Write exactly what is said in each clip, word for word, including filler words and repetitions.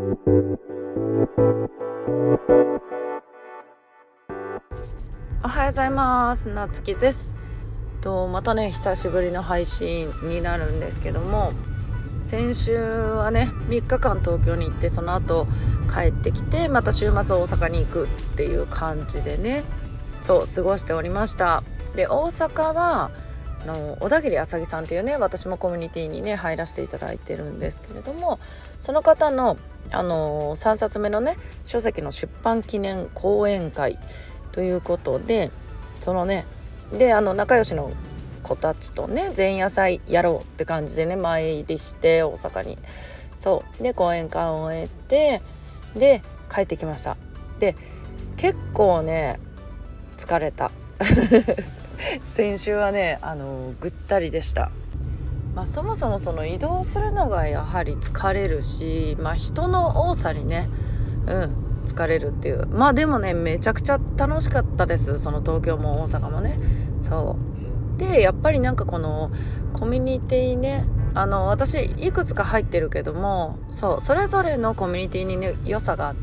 おはようございます。なつきです。とまたね久しぶりの配信になるんですけども、先週はねみっかかん東京に行って、その後帰ってきて、また週末大阪に行くっていう感じでね、そう過ごしておりました。で、大阪はあの小田切あさぎさんっていうね、私もコミュニティにね入らせていただいてるんですけれども、その方のあのさんさつめのね書籍の出版記念講演会ということで、そのねであの仲良しの子たちとね前夜祭やろうって感じでね前入りして大阪に、そうで講演会を終えて、で帰ってきました。で結構ね疲れた先週はねあのぐったりでした。まあ、そもそもその移動するのがやはり疲れるし、まあ、人の多さにねうん疲れるっていう。まあでもねめちゃくちゃ楽しかったです。その東京も大阪もね。そうでやっぱりなんかこのコミュニティね、あの私いくつか入ってるけども、そうそれぞれのコミュニティにね良さがあって、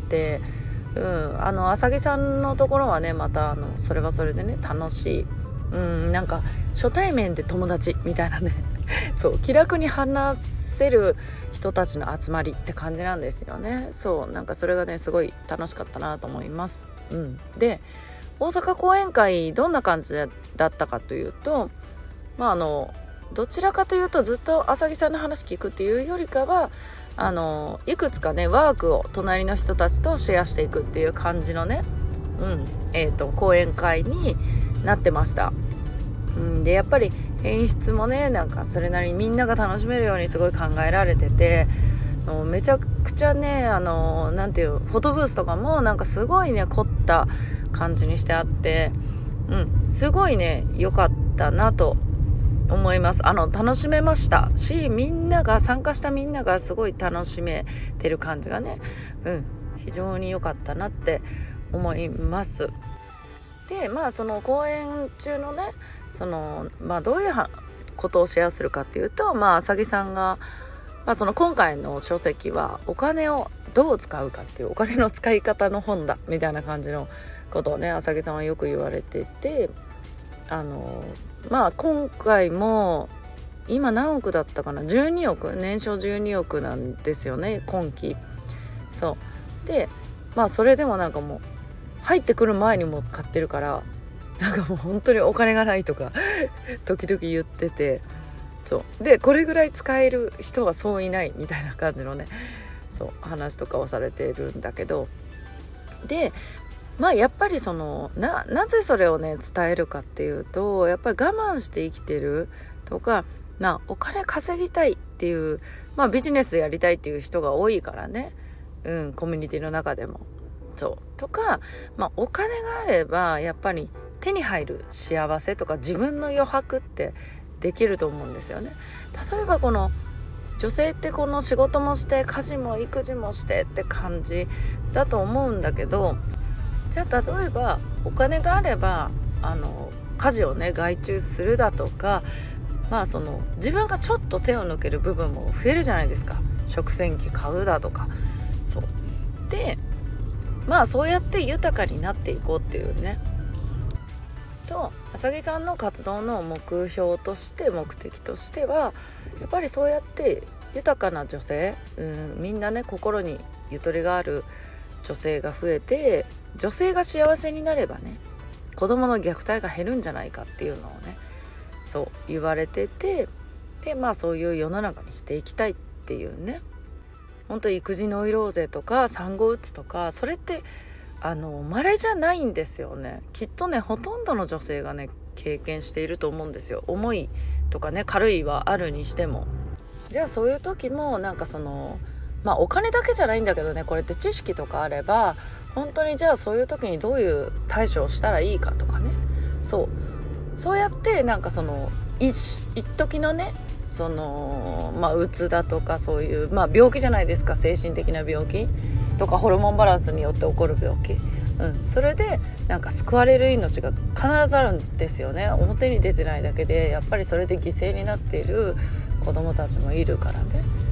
うんあのあさぎさんのところはねまたあのそれはそれでね楽しい、うんなんか初対面で友達みたいなねそう気楽に話せる人たちの集まりって感じなんですよね。そうなんかそれがねすごい楽しかったなと思います。うん、で大阪講演会どんな感じだったかというと、まああのどちらかというとずっとあさぎさんの話聞くっていうよりかは、あのいくつかねワークを隣の人たちとシェアしていくっていう感じのね、うんえーと講演会になってました。うん、でやっぱり演出もねなんかそれなりにみんなが楽しめるようにすごい考えられてて、めちゃくちゃねあのなんていうフォトブースとかもなんかすごいね凝った感じにしてあって、うんすごいね良かったなと思います。あの楽しめましたし、みんなが参加したみんながすごい楽しめてる感じがね、うん非常に良かったなって思います。でまあその講演中のねそのまあどういうことをシェアするかっていうと、まああさぎさんが、まあ、その今回の書籍はお金をどう使うかっていうお金の使い方の本だみたいな感じのことをねあさぎさんはよく言われてて、あのまあ今回も今何億だったかな、じゅうにおく、年商じゅうにおくなんですよね今期。そうでまあそれでもなんかもう入ってくる前にもう使ってるから、なんかもう本当にお金がないとか時々言ってて、そうでこれぐらい使える人はそういないみたいな感じのねそう話とかをされているんだけど、でまあやっぱりその な, なぜそれをね伝えるかっていうと、やっぱり我慢して生きてるとか、まあお金稼ぎたいっていう、まあビジネスやりたいっていう人が多いからね、うんコミュニティの中でもそうとか、まあお金があればやっぱり手に入る幸せとか自分の余白ってできると思うんですよね。例えばこの女性ってこの仕事もして家事も育児もしてって感じだと思うんだけど、じゃあ例えばお金があればあの家事をね外注するだとか、まあその自分がちょっと手を抜ける部分も増えるじゃないですか。食洗機買うだとか、そうでまあそうやって豊かになっていこうっていうねと、あさぎさんの活動の目標として目的としてはやっぱりそうやって豊かな女性、うん、みんなね心にゆとりがある女性が増えて、女性が幸せになればね子供の虐待が減るんじゃないかっていうのをねそう言われてて、でまあそういう世の中にしていきたいっていうね、本当育児ノイローゼとか産後うつとかそれってあの稀じゃないんですよね。きっとねほとんどの女性がね経験していると思うんですよ。重いとかね軽いはあるにしても、じゃあそういう時もなんかそのまあお金だけじゃないんだけどね、これって知識とかあれば本当にじゃあそういう時にどういう対処をしたらいいかとかね、そうそうやってなんかその一一時のねそのまあうつだとかそういうまあ病気じゃないですか、精神的な病気とかホルモンバランスによって起こる病気、うん、それでなんか救われる命が必ずあるんですよね。表に出てないだけでやっぱりそれで犠牲になっている子どもたちもいるからね、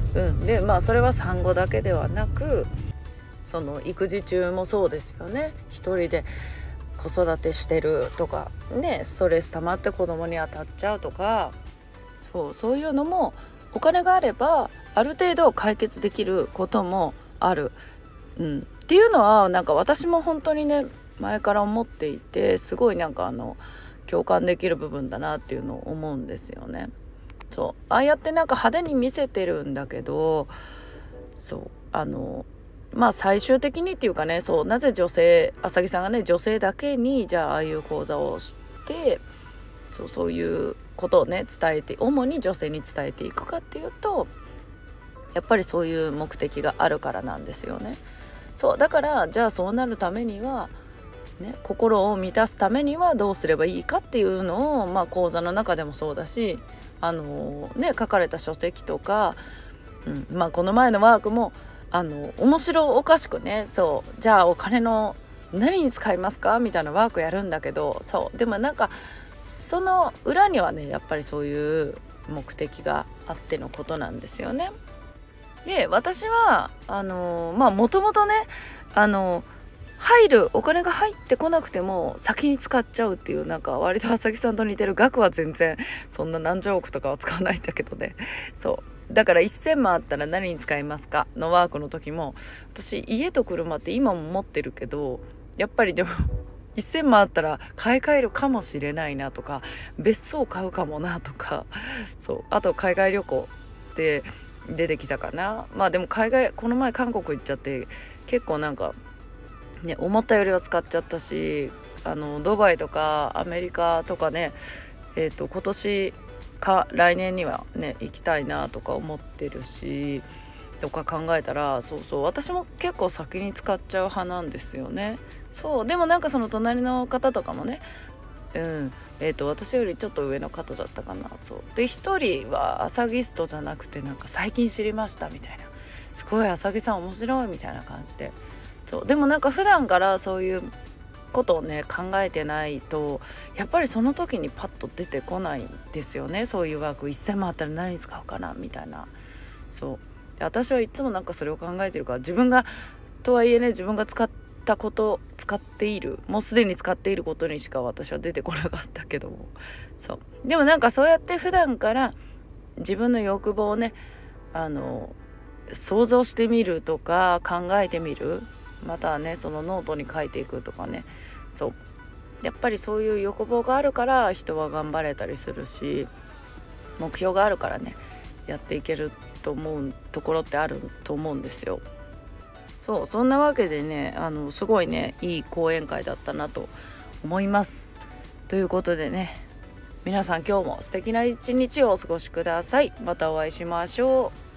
うん、でまあそれは産後だけではなく、その育児中もそうですよね。一人で子育てしてるとかね、ストレス溜まって子供に当たっちゃうとか、そうそういうのもお金があればある程度解決できることもある、うん、っていうのはなんか私も本当にね前から思っていて、すごいなんかあの共感できる部分だなっていうのを思うんですよね。そうああやってなんか派手に見せてるんだけど、そうあのまあ最終的にっていうかね、そうなぜ女性浅木さんがね女性だけにじゃあああいう講座をしてそうそういうことをね伝えて主に女性に伝えていくかっていうと、やっぱりそういう目的があるからなんですよね。そうだからじゃあそうなるためにはね、心を満たすためにはどうすればいいかっていうのを、まあ、講座の中でもそうだし、あのーね、書かれた書籍とか、うんまあ、この前のワークもあの面白おかしくね、そうじゃあお金の何に使いますかみたいなワークやるんだけど、そうでもなんかその裏にはねやっぱりそういう目的があってのことなんですよね。で私はあのー、まあもともとねあのー入るお金が入ってこなくても先に使っちゃうっていう、なんか割と浅木さんと似てる。額は全然そんな何十億とかは使わないんだけどね。そうだからせんまんあったら何に使いますかのワークの時も、私家と車って今も持ってるけど、やっぱりでもせんまんあったら買い替えるかもしれないなとか、別荘買うかもなとか、そうあと海外旅行って出てきたかな。まあでも海外この前韓国行っちゃって結構なんかね、思ったよりは使っちゃったし、あのドバイとかアメリカとかね、えーと、今年か来年にはね行きたいなとか思ってるしとか考えたら、そうそう私も結構先に使っちゃう派なんですよね。そうでもなんかその隣の方とかもね、うんえーと、私よりちょっと上の方だったかな。そうで一人はアサギストじゃなくてなんか最近知りましたみたいな、すごいアサギさん面白いみたいな感じで、そうでもなんか普段からそういうことをね考えてないとやっぱりその時にパッと出てこないんですよね。そういうワークせんまんあったら何に使うかなみたいな。そうで私はいつもなんかそれを考えてるから、自分がとはいえね自分が使ったこと使っているもうすでに使っていることにしか私は出てこなかったけども、そうでもなんかそうやって普段から自分の欲望をねあの想像してみるとか考えてみる、またはねそのノートに書いていくとかね、そうやっぱりそういう欲望があるから人は頑張れたりするし、目標があるからねやっていけると思うところってあると思うんですよ。そうそんなわけでねあのすごいねいい講演会だったなと思います。ということでね皆さん今日も素敵な一日をお過ごしください。またお会いしましょう。